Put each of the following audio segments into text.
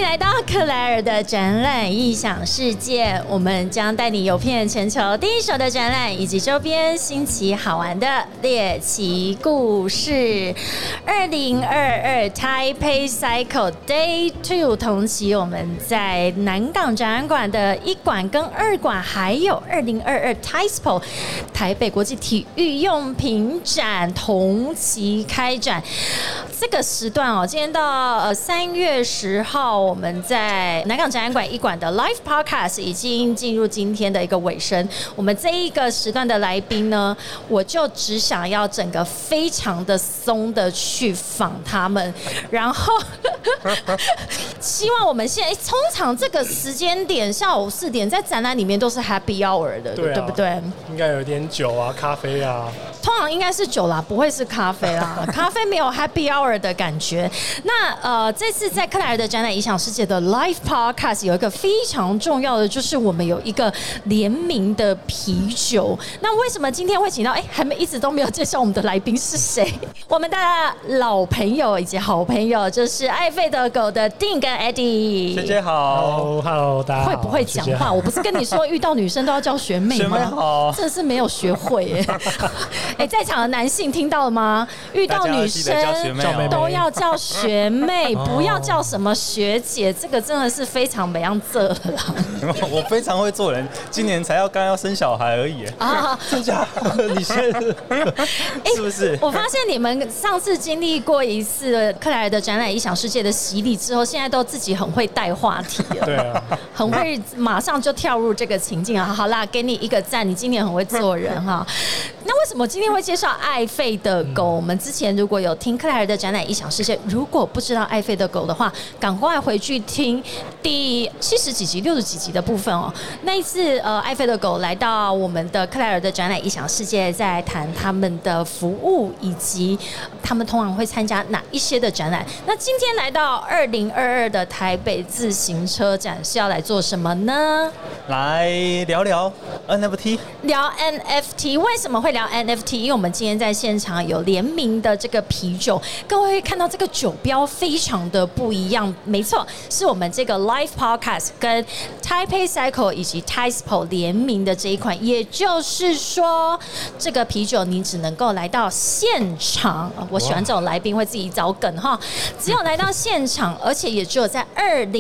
迎来到克莱尔的展览异想世界，我们将带你游遍全球第一手的展览以及周边新奇好玩的猎奇故事。2022 Taipei Cycle Day 2同期，我们在南港展览馆的1馆跟2馆，还有2022 TAISPO 台北国际体育用品展同期开展。这个时段哦，今天到3月10号，我们在南港展览馆1馆的 Live Podcast 已经进入今天的一个尾声。我们这一个时段的来宾呢，我就只想要整个非常的松的去访他们，然后希望我们现在通常这个时间点下午4点，在展览里面都是 Happy Hour 的，对不对？ 应该有点酒啊、咖啡啊。 通常应该是酒啦，不会是咖啡啦。咖啡没有 Happy Hour 的感觉。那这次在克莱尔的展览影响世界的 Live Podcast 有一个非常重要的，就是我们有一个联名的啤酒。那为什么今天会请到？还没一直都没有介绍我们的来宾是谁？我们的老朋友以及好朋友，就是艾菲的狗的 Dean 跟 Eddie。 学姐好 ，Hello， 大家好。 会不会讲话？我不是跟你说遇到女生都要叫学妹吗？ 学妹好， 真的是没有学会耶。在场的男性听到了吗？遇到女生都要叫学妹，不要叫什么学姐，这个真的是非常没样这了。 我非常会做人，今年才刚要生小孩而已。啊，真假？你现在是不是？ 我发现你们上次经历过一次克莱尔的展览异想世界的洗礼之后，现在都自己很会带话题了。 对啊， 很会马上就跳入这个情境啊！好啦，给你一个赞，你今年很会做人哈。那为什么今天会介绍艾菲的狗？我们之前如果有听克莱尔的展览异想世界，如果不知道艾菲的狗的话，赶快回去听第70几集、60几集的部分哦。那一次艾菲的狗来到我们的克莱尔的展览异想世界，在谈他们的服务以及他们通常会参加哪一些的展览。那今天来到2022的台北自行车展，是要来做什么呢？ 来聊聊 NFT。 聊 NFT， 为什么会聊 NFT？ 因为我们今天在现场有联名的这个啤酒，各位会看到这个酒标非常的不一样。没错，是我们这个 Live Podcast 跟 Taipei Cycle 以及 TAISPO 联名的这一款。也就是说，这个啤酒你只能够来到现场。我喜欢这种来宾会自己找梗哈，只有来到现场，而且也只有在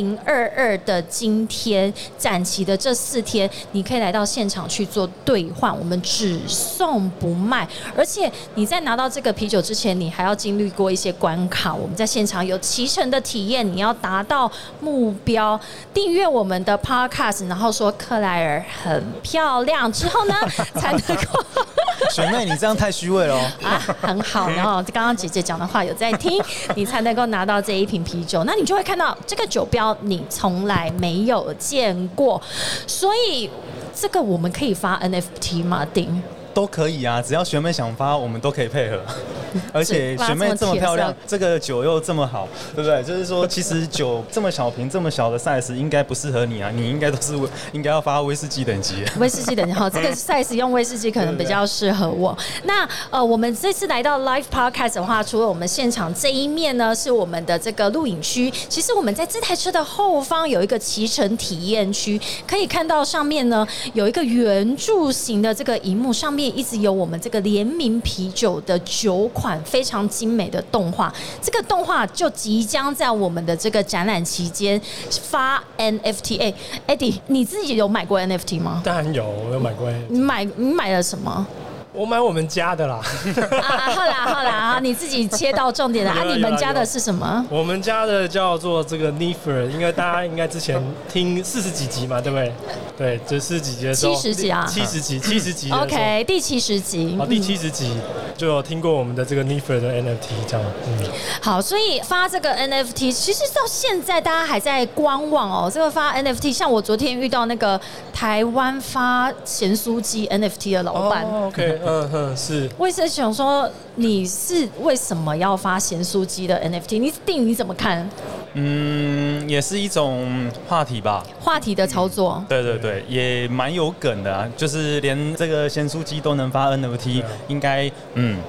2022的今天展期的这4天，你可以来到现场去做兑换，我们只送不卖。而且你在拿到这个啤酒之前，你还要经历过一些关卡。我们在现场有7成的体验，你要达到目标，订阅我们的 Podcast， 然后说克莱尔很漂亮之后呢，才能够。 学妹，你这样太虚伪了啊，很好。然后刚刚姐姐讲的话有在听，你才能够拿到这一瓶啤酒。那你就会看到这个酒标，你从来没有见过，所以这个我们可以发 NFT 吗？丁都可以啊，只要学妹想发，我们都可以配合。而且学妹这么漂亮，这个酒又这么好，对不对？就是说，其实酒这么小瓶、这么小的 size 应该不适合你啊，你应该应该要发威士忌等级。 威士忌等级好，这个 size 用威士忌可能比较适合我。那我们这次来到 Live Podcast 的话，除了我们现场这一面呢，是我们的这个录影区。其实我们在这台车的后方有一个骑乘体验区，可以看到上面呢有一个圆柱形的这个萤幕，上面一直有我们这个联名啤酒的9款非常精美的动画。这个动画就即将在我们的这个展览期间发 NFT。Eddie， 你自己有买过 NFT 吗？ 当然有，我有买过 NFT。 你买了什么？ 我买我们家的啦。 好啦，你自己切到重点了啊！你们家的是什么？ 我们家的叫做这个 Nefer， 应该大家应该之前听40几集嘛，对不对？对，这40几集的时候 ，70集啊 ，70集。 OK， 第70集。 第70集就有听过我们的这个 Nefer 的 NFT 这样。 好，所以发这个 NFT， 其实到现在大家还在观望哦。这个发 NFT， 像我昨天遇到那个台湾发咸酥鸡 NFT 的老板。 OK。是。 我也是想说，你是为什么要发咸酥鸡的 NFT？ 你怎么看？ 也是一种话题吧， 话题的操作。 对，也蛮有梗的啊，就是连这个咸酥鸡都能发 NFT， 应该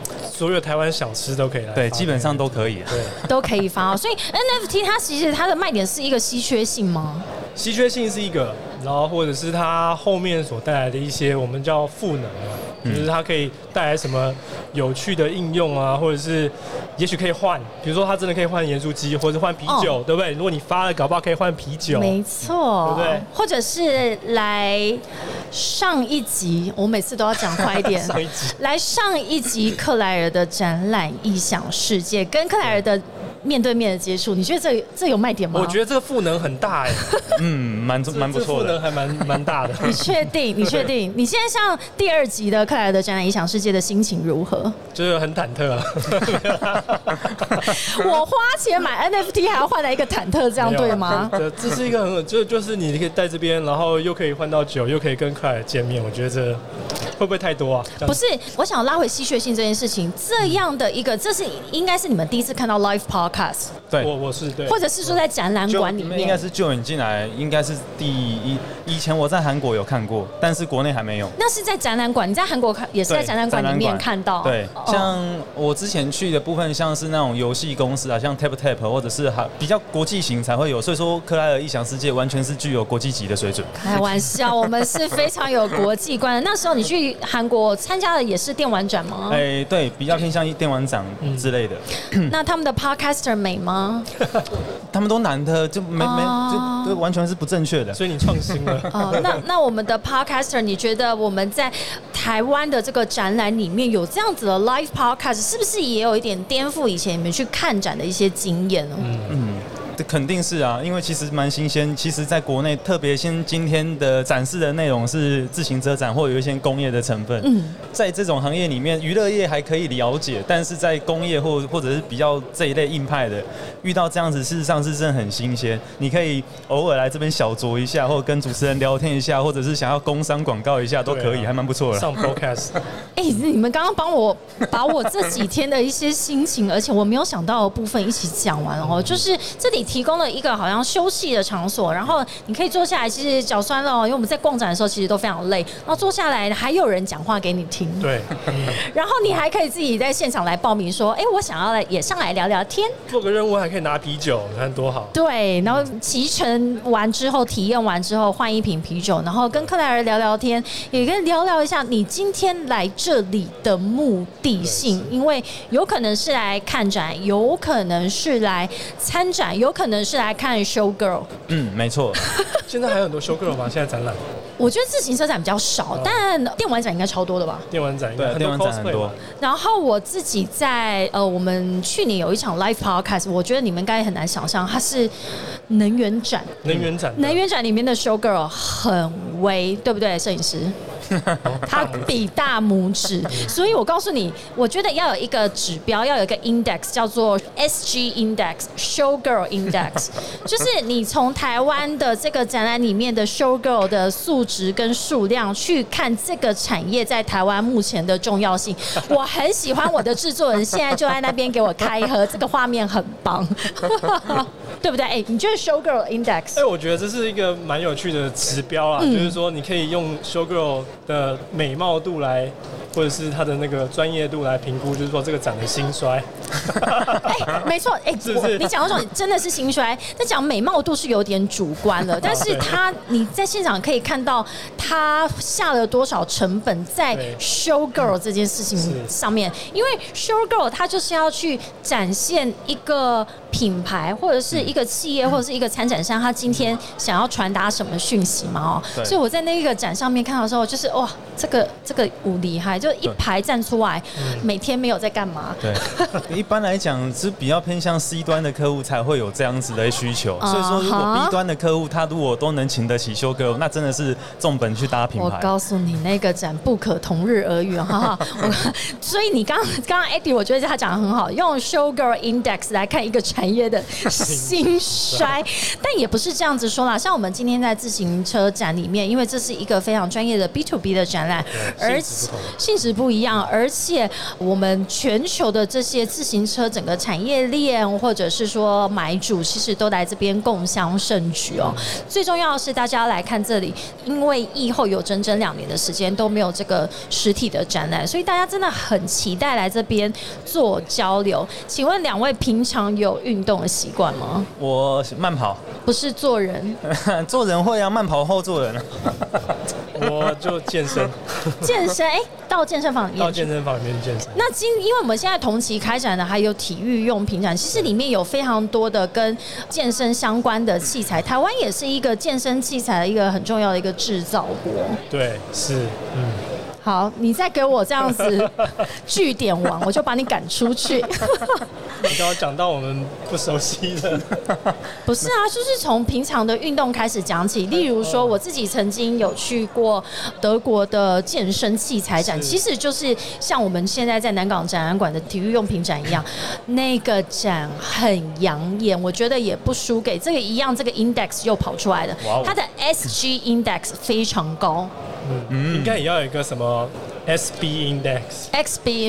所有台湾小吃都可以来， 对，基本上都可以， 对， 都可以发。所以 NFT 它其实它的卖点是一个稀缺性吗？ 稀缺性是一个，然后或者是它后面所带来的一些我们叫赋能啊，就是它可以带来什么有趣的应用啊，或者是也许可以换，比如说它真的可以换盐酥鸡，或者换啤酒，对不对？如果你发了，搞不好可以换啤酒， 没错， 对不对？ 或者是来上一集，我每次都要讲快一点，来上一集克莱尔的展览异想世界，跟克莱尔的面对面的接触，你觉得这有卖点吗？ 我觉得这个赋能很大哎， 蛮不错的， 赋能还蛮大的。 你确定？你确定？你现在上第2集的克莱尔的展览异想世界的心情如何？ 就是很忐忑啊。 我花钱买 NFT 还要换来一个忐忑，这样对吗？ 这是一个很就是你可以在这边，然后又可以换到酒，又可以跟克莱尔见面，我觉得这会不会太多啊？ 不是，我想拉回稀缺性这件事情，这样的一个，这是应该是你们第一次看到 live podcast。 对， 我是对， 或者是说在展览馆里面， 应该是就你进来，应该是以前我在韩国有看过，但是国内还没有。 那是在展览馆，你在韩国看也是在展览馆里面看到。 对，像我之前去的部分，像是那种游戏公司啊，像 TapTap 或者是比较国际型才会有，所以说克莱尔异想世界完全是具有国际级的水准。 开玩笑，我们是非常有国际观的。那时候你去韩国参加的也是电玩展吗？ 对，比较偏向电玩展之类的。 那他们的 podcaster 美吗？ 他们都男的，就就完全是不正确的。 所以你创新了。 那我们的 podcaster， 你觉得我们在台湾的这个展览里面有这样子的 live podcast， 是不是也有一点颠覆以前你们去看展的一些经验呢？ 肯定是啊，因为其实蛮新鲜。其实在国内，特别今天的展示的内容是自行车展，或有一些工业的成分。在这种行业里面，娱乐业还可以了解，但是在工业或者是比较这一类硬派的，遇到这样子，事实上是真的很新鲜。你可以偶尔来这边小酌一下，或者跟主持人聊天一下，或者是想要工商广告一下都可以，还蛮不错的。 上 podcast。 你们刚刚帮我把我这几天的一些心情，而且我没有想到的部分一起讲完了。就是这里提供了一个好像休息的场所，然后你可以坐下来，其实脚酸了，因为我们在逛展的时候其实都非常累，然后坐下来还有人讲话给你听， 对， 然后你还可以自己在现场来报名说，我想要也上来聊聊天， 做个任务还可以拿啤酒，你看多好。 对，然后骑乘完之后，体验完之后换一瓶啤酒，然后跟克莱尔聊聊天，也跟聊聊一下你今天来这里的目的性，因为有可能是来看展，有可能是来参展，有可能是来看 show girl。 没错。 现在还有很多 show girl 吗？现在展览？ 我觉得自行车展比较少，但电玩展应该超多的吧？ 电玩展对，电玩展很多。 然后我自己在我们去年有一场 live podcast， 我觉得你们应该很难想象，它是能源展。 能源展里面的 show girl 很威，对不对，摄影师？他比大拇指，所以我告诉你，我觉得要有一个指标，要有一个 index 叫做 SG Index Show Girl Index， 就是你从台湾的这个展览里面的 Show Girl 的素质跟数量去看这个产业在台湾目前的重要性。我很喜欢我的制作人现在就在那边给我开喝，这个画面很棒，对不对？你觉得 Show Girl Index？ 我觉得这是一个蛮有趣的指标啊，就是说你可以用 Show Girl的美貌度来，或者是他的那个专业度来评估，就是说这个展的兴衰。 没错， 是不是？ 你讲到说真的是兴衰，在讲美貌度是有点主观了，但是你在现场可以看到他下了多少成本在 show girl 这件事情上面，因为 show girl 它就是要去展现一个品牌或者是一个企业或者是一个参展商，他今天想要传达什么讯息嘛？所以我在那个展上面看到的时候，就是哇，这个很厉害，就一排站出来，每天没有在干嘛？ 对，一般来讲是比较偏向 C 端的客户才会有这样子的需求，所以说如果 B 端的客户他如果都能请得起show girl，那真的是重本去搭品牌。 我告诉你，那个展不可同日而语哈。所以你刚刚 Eddie， 我觉得他讲得很好，用 show girl index 来看一个产业的兴衰，但也不是这样子说啦。像我们今天在自行车展里面，因为这是一个非常专业的 B2B 的展览，而性性质不一样，而且我们全球的这些自行车整个产业链，或者是说买主，其实都来这边共襄盛举哦。最重要的是，大家来看这里，因为疫后有整整2年的时间都没有这个实体的展览，所以大家真的很期待来这边做交流。请问2位平常有运动的习惯吗？ 我慢跑， 不是做人， 做人会啊，慢跑后做人。 我就健身， 健身到健身房里面， 到健身房里面健身。 那因为我们现在同期开展的还有体育用品展，其实里面有非常多的跟健身相关的器材。台湾也是一个健身器材的一个很重要的一个制造国。 对，是， 好，你再给我这样子据点完，我就把你赶出去。 你刚刚讲到我们不熟悉的， 不是啊，就是从平常的运动开始讲起。例如说，我自己曾经有去过德国的健身器材展，其实就是像我们现在在南港展览馆的体育用品展一样，那个展很养眼，我觉得也不输给这个一样，这个 index 又跑出来了，它的 SG index 非常高。 应该也要有一个什么 SB index。XB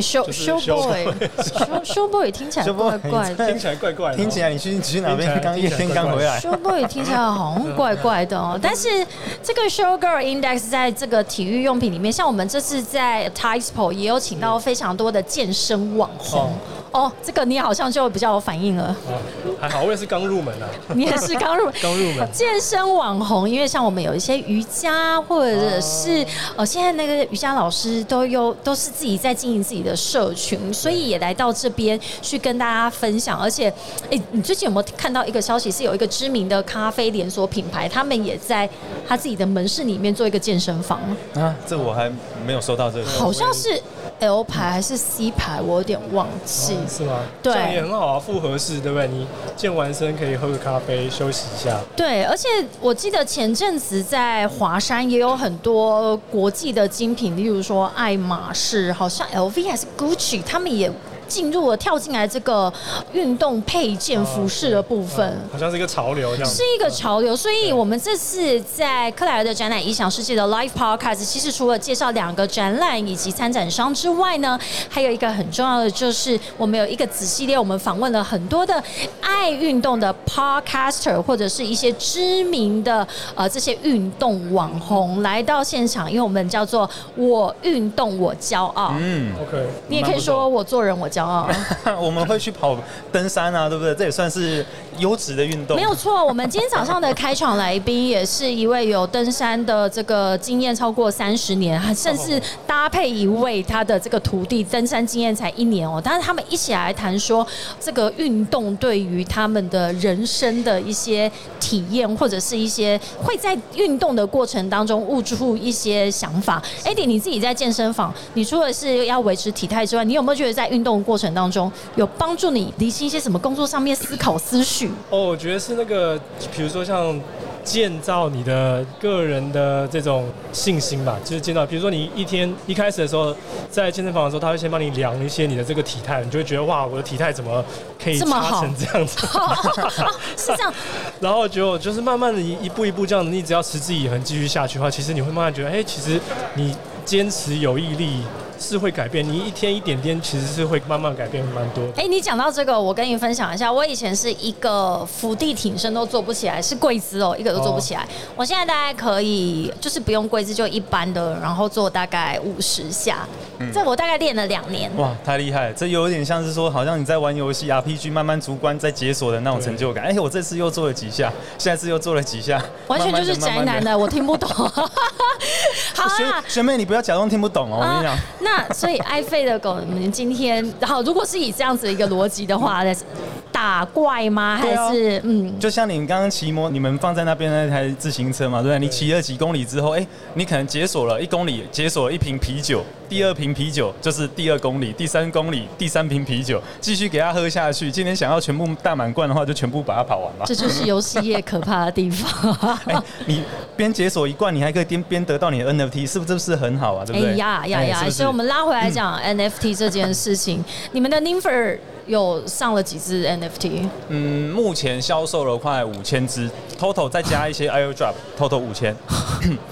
show boy 听起来怪怪的， 听起来怪怪的。 听起来你去哪边刚夜天刚回来 ？show boy 听起来好像怪怪的哦。但是这个 show girl index 在这个体育用品里面，像我们这次在 TISPO 也有请到非常多的健身网红。哦，这个你好像就比较有反应了。 还好，我也是刚入门啊。 你也是刚入门。 健身网红，因为像我们有一些瑜伽，或者是现在那个瑜伽老师都是自己在经营自己的社群，所以也来到这边去跟大家分享。而且，你最近有没有看到一个消息，是有一个知名的咖啡连锁品牌，他们也在他自己的门市里面做一个健身房啊？这我还没有收到这个， 好像是 L 牌还是 C 牌，我有点忘记。 是吗？ 对， 这样也很好啊，复合式，对不对？你健完身可以喝个咖啡休息一下。 对，而且我记得前阵子在华山也有很多国际的精品，例如说爱马仕，好像 LV 还是 Gucci， 他们也跳进来这个运动配件服饰的部分， 好像是一个潮流，这样是一个潮流。所以我们这次在克莱尔的展览《异想世界》的 Live Podcast， 其实除了介绍2个展览以及参展商之外呢，还有一个很重要的就是我们有一个子系列，我们访问了很多的爱运动的 Podcaster 或者是一些知名的这些运动网红来到现场，因为我们叫做我运动我骄傲。 OK， 你也可以说我做人我骄傲。 我们会去跑登山啊，对不对？这也算是优质的运动。 没有错，我们今天早上的开场来宾也是一位有登山的这个经验超过30年，甚至搭配一位他的这个徒弟，登山经验才1年哦。但是他们一起来谈说这个运动对于他们的人生的一些体验，或者是一些会在运动的过程当中悟出一些想法。Eddie，你自己在健身房，你除了是要维持体态之外，你有没有觉得在运动过程当中有帮助你理清一些什么工作上面思考思绪？ 我觉得是那个，比如说像建造你的个人的这种信心吧，就是建造。比如说你一开始的时候在健身房的时候，他会先帮你量一些你的这个体态，你就会觉得哇，我的体态怎么可以差成这样子？ 是这样。 然后就是慢慢的一步一步这样子，你只要持之以恒继续下去的话，其实你会慢慢觉得，其实你坚持有毅力是会改变，你一天一点点其实是会慢慢改变蛮多。 你讲到这个，我跟你分享一下，我以前是一个伏地挺身都做不起来，是跪姿一个都做不起来。我现在大概可以，就是不用跪姿就一般的，然后做大概50下。这我大概练了2年。 哇，太厉害了！这有点像是说，好像你在玩游戏 RPG， 慢慢逐关在解锁的那种成就感。我这次又做了几下，下次又做了几下， 完全就是宅男的，我听不懂。好啦， 学妹，你不要假装听不懂哦，我跟你讲。 那所以爱费的狗，你们今天，好，如果是以这样子一个逻辑的话，打怪吗？还是就像你刚刚骑你们放在那边那台自行车嘛，对不对？你骑了几公里之后，你可能解锁了1公里，解锁了1瓶啤酒，第2瓶啤酒就是第2公里，第3公里第3瓶啤酒，继续给它喝下去。今天想要全部大满贯的话，就全部把它跑完吧。 这就是游戏业可怕的地方。 你边解锁1罐，你还可以边得到你的 NFT， 是不是很好啊？对不对？ 所以我们拉回来讲 NFT 这件事情，你们的 Nympher 有上了几支 NFT？ 目前销售了快5000支 ，total 再加一些 airdrop，total 5000。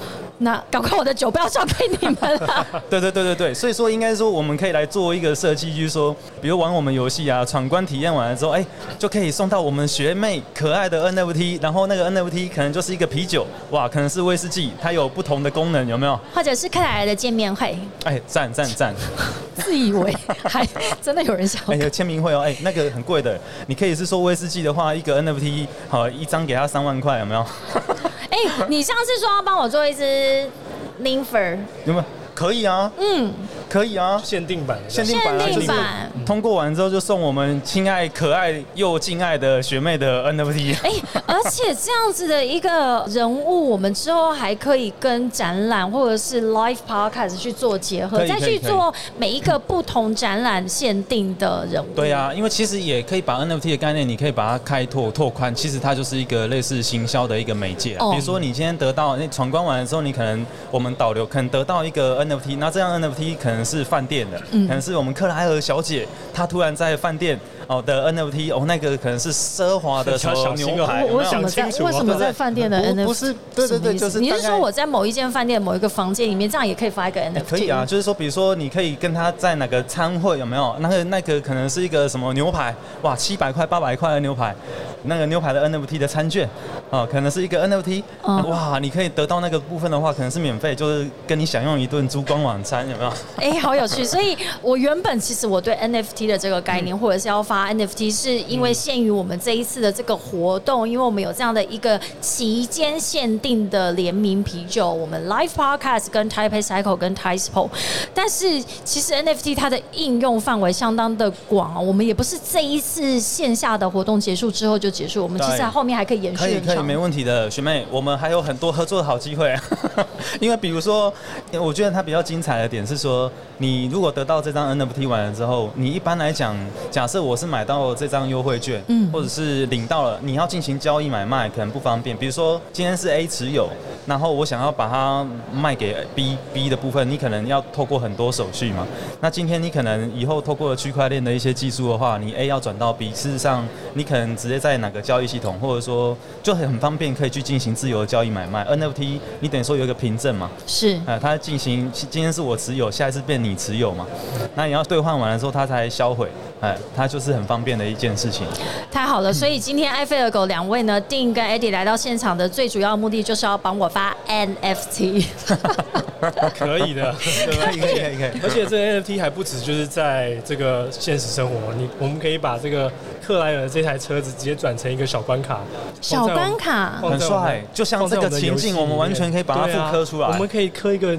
那搞快我的酒不要交给你们了。 对，所以说应该说我们可以来做一个设计，就是说，比如玩我们游戏啊，闯关体验完了之后，就可以送到我们学妹可爱的 NFT， 然后那个 NFT 可能就是一个啤酒，哇，可能是威士忌，它有不同的功能，有没有？ 或者是克莱尔的见面会。 赞！ 自以为还真的有人想有签名会哦，那个很贵的，你可以是说威士忌的话，一个 NFT 好一张给他3万块，有没有？ 你上次说要帮我做一支 Nympher， 有没有？可以啊，可以啊， 限定版， 就是通过完之后就送我们亲爱、可爱又敬爱的学妹的 NFT。 而且这样子的一个人物，我们之后还可以跟展览或者是 live podcast 去做结合，再去做每一个不同展览限定的人物。 对啊，因为其实也可以把 NFT 的概念，你可以把它开拓宽，其实它就是一个类似行销的一个媒介。比如说你今天得到闯关完的时候，你可能我们导流可能得到一个 NFT， 那这样 NFT 可能是饭店的，可能是我们克莱尔小姐她突然在饭店的 NFT， 那个可能是奢华的小牛排。 为什么在饭店的 NFT？ 不是，对，就是你是说我在某一间饭店某一个房间里面，这样也可以发一个 NFT？ 可以啊，就是说，比如说你可以跟他在哪个餐会有没有？那个可能是一个什么牛排，哇，700块、800块的牛排，那个牛排的 NFT 的餐券，可能是一个 NFT，哇，你可以得到那个部分的话，可能是免费，就是跟你享用一顿烛光晚餐，有没有？ 好有趣。所以我原本其实我对 NFT 的这个概念，或者是要发 NFT， 是因为限于我们这一次的这个活动，因为我们有这样的一个期间限定的联名啤酒，我们 Live Podcast 跟 Taipei Cycle 跟 Taispo， 但是其实 NFT 它的应用范围相当的广，我们也不是这一次线下的活动结束之后就结束，我们其实后面还可以延续。 可以，没问题的，学妹，我们还有很多合作的好机会。因为比如说，我觉得它比较精彩的点是说，你如果得到这张 NFT 完了之后，你一般来讲，假设我是买到这张优惠券，或者是领到了，你要进行交易买卖可能不方便。比如说今天是 A 持有，然后我想要把它卖给 B 的部分，你可能要透过很多手续嘛。那今天你可能以后透过区块链的一些技术的话，你 A 要转到 B， 事实上你可能直接在哪个交易系统，或者说就很方便可以去进行自由的交易买卖。NFT 你等于说有一个凭证嘛， 是， 它进行今天是我持有，下一次变你持有嘛，那你要兑换完了之后它才销毁，它就是很方便的一件事情。 太好了，所以今天艾菲尔狗2位呢，丁跟 Eddie 来到现场的最主要目的就是要帮我发 NFT。 可以的， 可以。 而且这个 NFT 还不止就是在这个现实生活，我们可以把这个克莱尔这台车子直接转成一个小关卡， 很帅，就像这个情境，我们完全可以把它复刻出来。 我们可以刻一个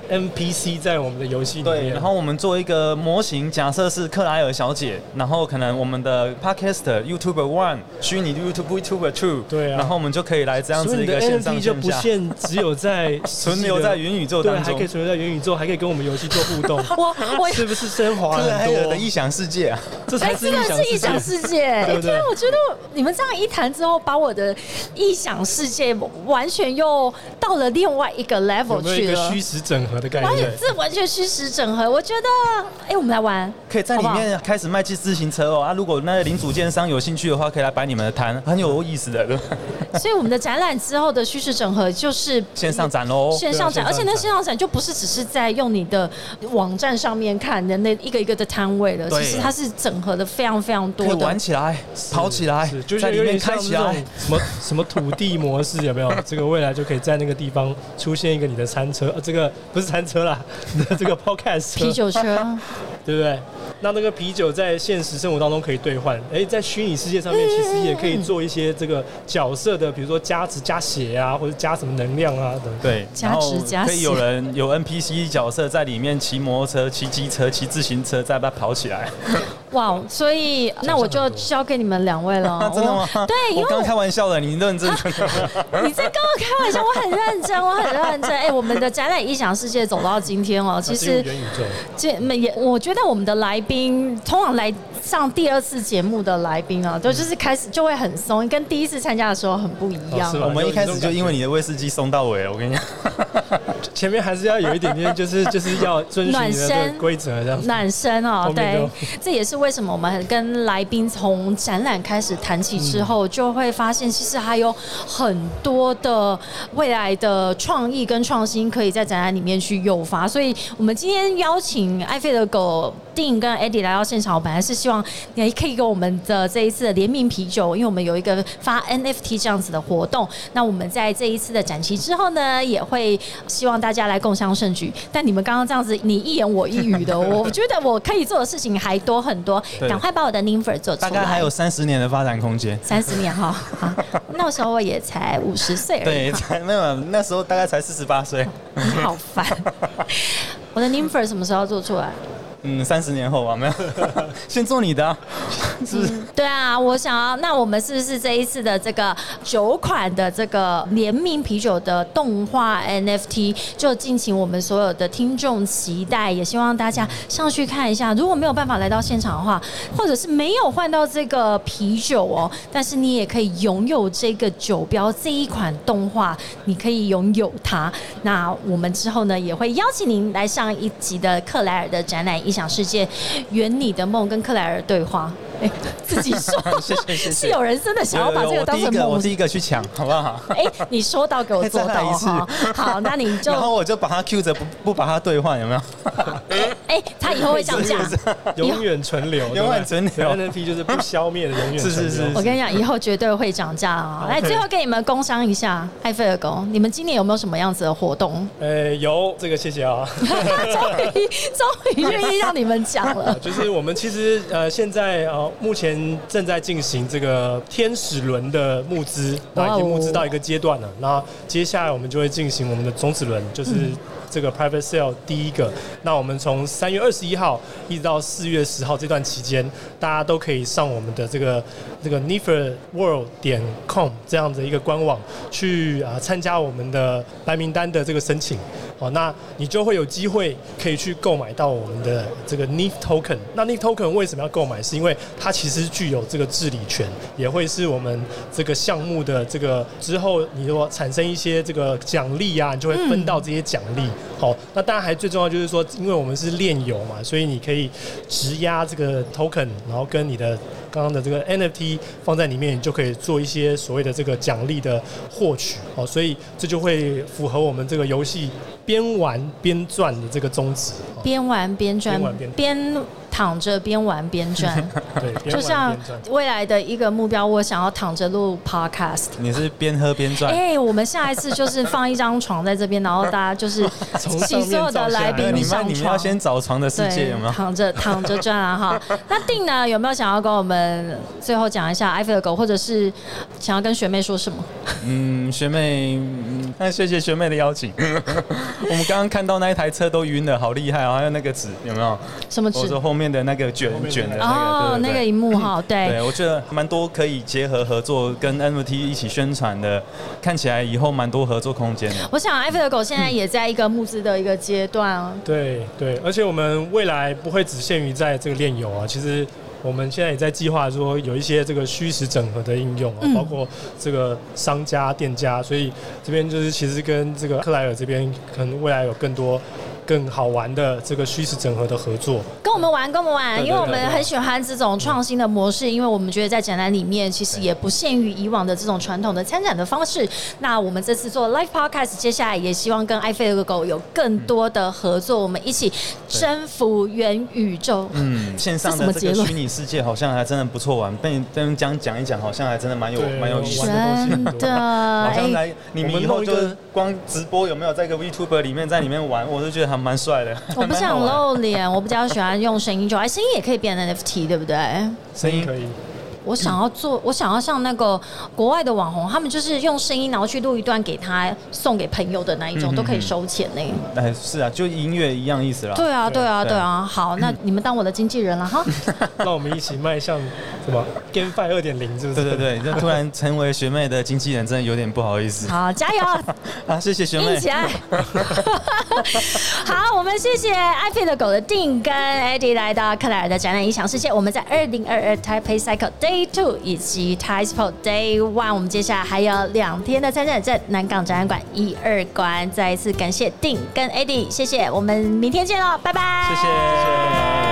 NPC 在我们的游戏里面， 对，然后我们做一个模型，假设是克莱尔小姐，然后可能我们的 Podcaster YouTuber 1， 虚拟 YouTuber 2， 对啊， 然后我们就可以来这样子一个线上线下， 就不限只有在存留在元宇宙当中， 对，还可以存留在元宇宙，还可以跟我们游戏做互动。我是不是升华很多？克莱尔的异想世界啊， 这才是异想世界。对不对？我觉得你们这样一谈之后，把我的异想世界完全又到了另外一个 level 去了， 有没有一个虚实整合的概念？ 这完全虚实整合，我觉得，我们来玩， 可以在里面开始卖自行车哦。如果那个零组件商有兴趣的话，可以来摆你们的摊，很有意思的。 所以我们的展览之后的虚实整合就是线上展喽， 线上展，而且那线上展就不是只是在用你的网站上面看的那一个一个的摊位了，其实它是整合的非常非常多的， 可以玩起来、跑起来，在里面开起来， 什么土地模式有没有？这个未来就可以在那个地方出现一个你的餐车，这个不是餐车啦，这个 podcast 啤酒车， 对不对？那个啤酒在现实生活当中可以兑换，在虚拟世界上面其实也可以做一些这个角色的，比如说加值、加血啊，或者加什么能量啊等。 对， 加值加血， 可以有 NPC 角色在里面骑摩托车、骑机车、骑自行车，再把它跑起来。 哇，所以那我就交给你们2位了。 真的吗？ 对， 我刚开玩笑的，你认真。 你在跟我开玩笑，我很认真。我们的展览异想世界走到今天哦，其实我觉得我们的来宾通常来上第2次节目的来宾啊，就是开始就会很松，跟第1次参加的时候很不一样。 我们一开始就因为你的威士忌松到尾了，我跟你讲。 前面还是要有一点点，就是要遵循你的这个规则这样。 暖身哦，对，这也是为什么我们跟来宾从展览开始谈起之后，就会发现其实还有很多的未来的创意跟创新可以在展览里面去诱发。所以我们今天邀请爱菲的狗Dean跟 Eddie 来到现场，我本来是希望你可以给我们的这一次的联名啤酒，因为我们有一个发 NFT 这样子的活动。那我们在这一次的展期之后呢，也会希望大家来共襄盛举。但你们刚刚这样子你一言我一语的，我觉得我可以做的事情还多很多，赶快把我的 Nympher 做出来。 大概还有30年的发展空间。 30年哈，好，那时候我也才50岁而已。 对，才没有，那时候大概才48岁。 好烦。我的 Nympher 什么时候做出来 ？30年后啊，没有，先做你的啊，是不是？ 对啊，我想要，那我们是不是这一次的这个9款的这个联名啤酒的动画 NFT， 就敬请我们所有的听众期待，也希望大家上去看一下。如果没有办法来到现场的话，或者是没有换到这个啤酒哦，但是你也可以拥有这个酒标这一款动画，你可以拥有它。那我们之后呢，也会邀请您来上一集的克莱尔的展览。异想世界，圆你的梦，跟克莱尔对话。自己说， 谢谢。 是有人真的想要把这个当成梦。 我第一个去抢，好不好？ 你说到给我做到哈。好，那你就， 然后我就把它 Q 着，不把它兑换，有没有？ 他以后会涨价， 永远存留， 永远存留 NFT 就是不消灭的，永远存留。 是。 我跟你讲，以后绝对会涨价啊！来，最后给你们工商一下，艾菲尔狗，你们今年有没有什么样子的活动？ 有这个，谢谢啊。 终于愿意让你们讲了。 就是我们其实现在目前正在进行这个天使轮的募资，那已经募资到一个阶段了。那接下来我们就会进行我们的种子轮，就是这个 private sale 第一个。那我们从3月21号一直到4月10号这段期间，大家都可以上我们的这个 nympherworld.com 这样的一个官网去参加我们的白名单的这个申请。那你就会有机会可以去购买到我们的这个 NYF Token。那 NYF Token 为什么要购买？是因为它其实具有这个治理权，也会是我们这个项目的这个之后，你如果产生一些这个奖励啊，你就会分到这些奖励。好，那当然还最重要就是说，因为我们是链游嘛，所以你可以质押这个 token， 然后跟你的刚刚的这个 NFT 放在里面，你就可以做一些所谓的这个奖励的获取。好，所以这就会符合我们这个游戏边玩边赚的这个宗旨。 边玩边赚，边躺着边玩边赚。 对， 就像未来的一个目标，我想要躺着录 podcast。 你是边喝边赚。 我们下一次就是放一张床在这边，然后大家就是请所有的来宾上床。 你们要先找床的世界有没有？ 躺着赚啊哈。那Dean呢，有没有想要跟我们最后讲一下艾菲尔狗，或者是想要跟学妹说什么？ 学妹，那谢谢学妹的邀请。我们刚刚看到那一台车都晕了，好厉害啊！还有那个纸有没有？ 什么纸？ 我说后面的那个卷的那个， 那个荧幕哈，对， 我觉得蛮多可以结合合作，跟 NFT 一起宣传的，看起来以后蛮多合作空间的。 我想艾菲尔狗现在也在一个募资的一个阶段。 对，而且我们未来不会只限于在这个链游啊，其实我们现在也在计划说有一些这个虚实整合的应用包括这个商家、店家，所以这边就是其实跟这个克莱尔这边可能未来有更好玩的这个虚实整合的合作， 跟我们玩，因为我们很喜欢这种创新的模式，因为我们觉得在展览里面其实也不限于以往的这种传统的参展的方式。那我们这次做 Live Podcast， 接下来也希望跟艾菲尔狗有更多的合作，我们一起征服元宇宙。 线上的这个虚拟世界好像还真的不错玩，被人讲一讲，好像还真的蛮有意思的。 真的， 好像你们以后就是光直播有没有在一个 VTuber 里面在里面玩，我就觉得还蛮帅的。 我不想露脸，我比较喜欢用声音就好，声音也可以变 NFT， 对不对？ 声音可以。 我想要像那个国外的网红，他们就是用声音然后去录一段给他送给朋友的那一种，都可以收钱呢。 是啊，就音乐一样意思啦。 对啊。好，那你们当我的经纪人了哈。 让我们一起迈向什么 GameFi 2.0， 是不是？ 对，就突然成为学妹的经纪人，真的有点不好意思。 好，加油！ 好，谢谢学妹。 一起来。好，我们谢谢爱菲的狗的Dean跟 Eddie 来到克莱尔的展览异想世界。我们在2022 Taipei Cycle Day Day 2以及 TAIEXPO Day 1。我们接下来还有2天的参展，在南港展览馆1、2馆。再一次感谢 Dean 跟 Eddie， 谢谢，我们明天见喽，拜拜， 谢谢。